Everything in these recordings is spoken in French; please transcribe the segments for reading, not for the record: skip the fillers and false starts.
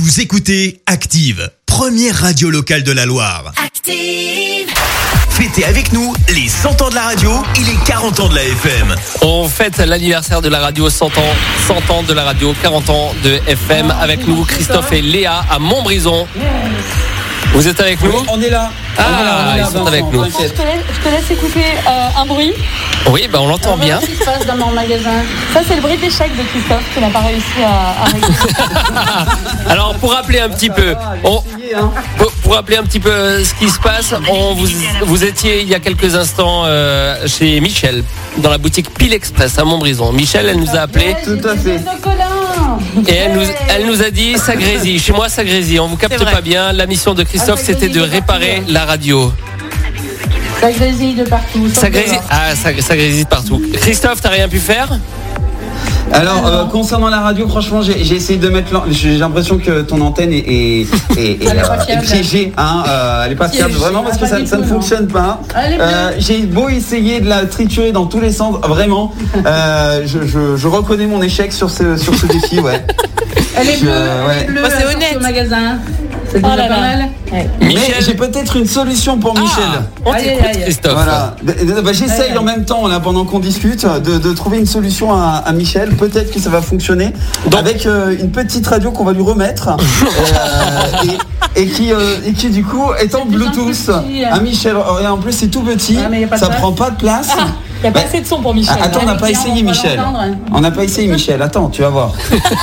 Vous écoutez Active, première radio locale de la Loire. Active! Fêtez avec nous les 100 ans de la radio et les 40 ans de la FM. On fête l'anniversaire de la radio, 100 ans de la radio, 40 ans de FM. Avec nous, Christophe et Léa à Montbrison. Vous êtes avec nous? On est là. Ils sont avec nous. Je te laisse écouter un bruit. Oui, on l'entend bien. Qu'est-ce qui se passe dans mon magasin? Ça, c'est le bruit d'échec de Christophe qui n'a pas réussi à régler. Alors, pour rappeler un petit peu, pour rappeler un petit peu ce qui se passe, vous étiez il y a quelques instants chez Michel, dans la boutique Pile Express à Montbrison. Michel, elle nous a appelé. Tout à fait. Et elle nous a dit ça grésille. Chez moi ça grésille. On vous capte pas bien. La mission de Christophe c'était de réparer la radio. Ça grésille de partout. Ça grésille. Ça grésille de partout. Christophe, t'as rien pu faire? Alors, concernant la radio, franchement, j'ai essayé de mettre. J'ai l'impression que ton antenne est piégée. Elle est pas fiable vraiment parce que ça ne fonctionne pas. J'ai beau essayer de la triturer dans tous les sens, vraiment. Je reconnais mon échec sur ce défi, ouais. Elle est bleue, c'est honnête. Au magasin. C'est déjà pas mal. Mais j'ai peut-être une solution pour Michel. On t'écoute, Christophe. Voilà. J'essaye en même temps, là, pendant qu'on discute, de trouver une solution à Michel. Peut-être que ça va fonctionner. Avec une petite radio qu'on va lui remettre. et qui, du coup, est en Bluetooth. Michel, et en plus, c'est tout petit. Ça prend pas de place. Il n'y a pas assez de son pour Michel. Attends, on n'a pas essayé Michel. On n'a pas essayé Michel. Attends, tu vas voir.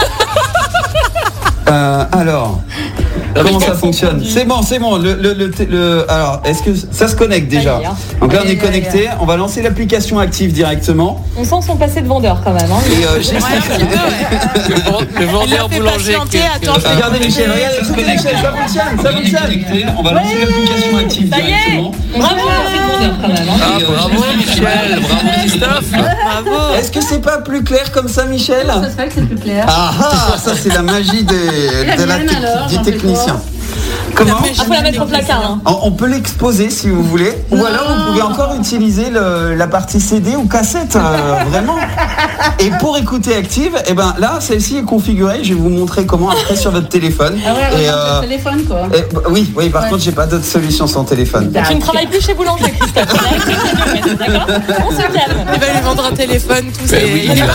Alors, comment ça fonctionne? C'est bon. Alors, est-ce que ça se connecte déjà? Donc là, on est connecté. On va lancer l'application Active directement. On sent son passé de vendeur quand même. Et le vendeur boulanger. Regardez Michel, ça fonctionne. On va lancer l'application Active directement. Bravo, c'est de vendeur quand même. Bravo Michel, bravo Christophe. Bravo. Est-ce que c'est pas plus clair comme ça, Michel? Ça se fait que c'est plus clair. Ça c'est la magie du technicien. Comment? Après la mettre au placard. On peut l'exposer si vous voulez. Ou alors vous pouvez encore utiliser la partie CD ou cassette, vraiment. Et pour écouter Active, là, celle-ci est configurée. Je vais vous montrer comment après sur votre téléphone. Le téléphone quoi. Oui, par contre, j'ai pas d'autre solution sans téléphone. Tu ne travailles plus chez Boulanger, Christophe. D'accord? On se calme. Il va lui vendre un téléphone, tout ça. Il est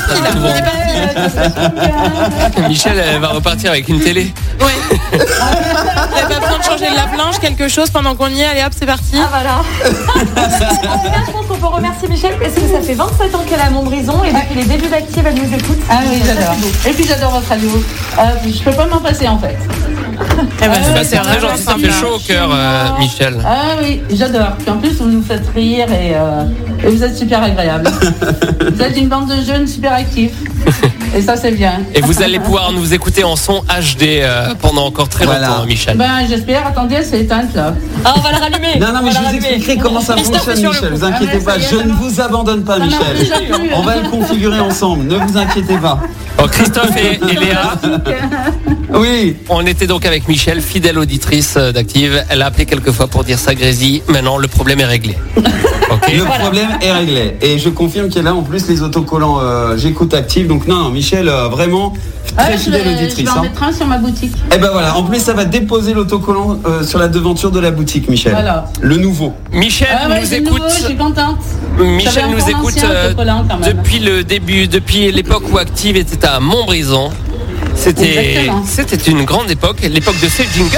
parti. Michel, elle va repartir avec une télé. Ouais. Il n'y a pas besoin de changer de lave-linge, quelque chose pendant qu'on y est. Allez hop, c'est parti. Voilà. Je pense qu'on peut remercier Michel parce que ça fait 27 ans qu'elle est à Montbrison et depuis les débuts d'Active, elle nous écoute. Ah oui, j'adore. Et puis j'adore votre radio. Je peux pas m'en passer en fait. C'est très gentil, ça fait chaud au cœur, Michel. Ah oui, j'adore. Puis en plus, vous nous faites rire et vous êtes super agréable. Vous êtes une bande de jeunes super actifs. Et ça, c'est bien. Et vous allez pouvoir nous écouter en son HD pendant encore très longtemps, Michel. J'espère. Attendez, c'est éteinte là. On va le rallumer. Non, mais je vous expliquerai comment ça fonctionne, Michel. Vous inquiétez pas. Je ne vous abandonne pas, Michel. On va le configurer ensemble. Ne vous inquiétez pas. Christophe et Léa. Oui. On était donc avec Michel, fidèle auditrice d'Active. Elle a appelé quelques fois pour dire ça grésille. Maintenant, le problème est réglé. Okay. Le problème est réglé. Et je confirme qu'elle a en plus les autocollants J'écoute Active. Donc non, Michel, vraiment très fidèle auditrice. Je vais en mettre un sur ma boutique. Et voilà, en plus ça va déposer l'autocollant sur la devanture de la boutique, Michel. Voilà. Le nouveau. Michel nous écoute. Nouveau, je suis contente. Michel nous écoute depuis le début, depuis l'époque où Active était à Montbrison. C'était une grande époque, l'époque de ces jingles.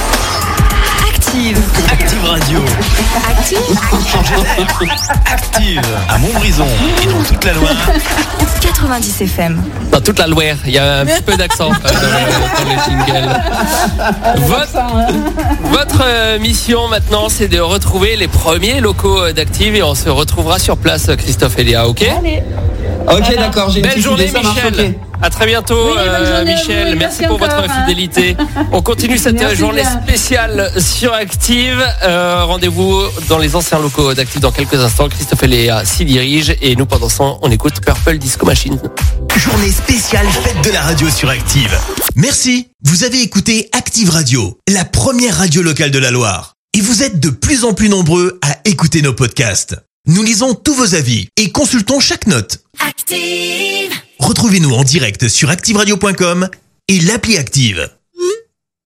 Active Radio. Active à Montbrison et dans toute la Loire. 90 FM. Dans toute la Loire, il y a un petit peu d'accent dans les jingles. Votre mission maintenant, c'est de retrouver les premiers locaux d'Active et on se retrouvera sur place, Christophe et Léa, ok? Allez. Ok, d'accord, j'ai une belle journée, idée, Michel. À très bientôt, Michel. Merci pour votre fidélité. On continue cette journée spéciale sur Active. Rendez-vous dans les anciens locaux d'Active dans quelques instants. Christophe et Léa s'y dirigent et nous, pendant ce temps, on écoute Purple Disco Machine. Journée spéciale fête de la radio sur Active. Merci. Vous avez écouté Active Radio, la première radio locale de la Loire. Et vous êtes de plus en plus nombreux à écouter nos podcasts. Nous lisons tous vos avis et consultons chaque note. Active! Retrouvez-nous en direct sur activeradio.com et l'appli Active.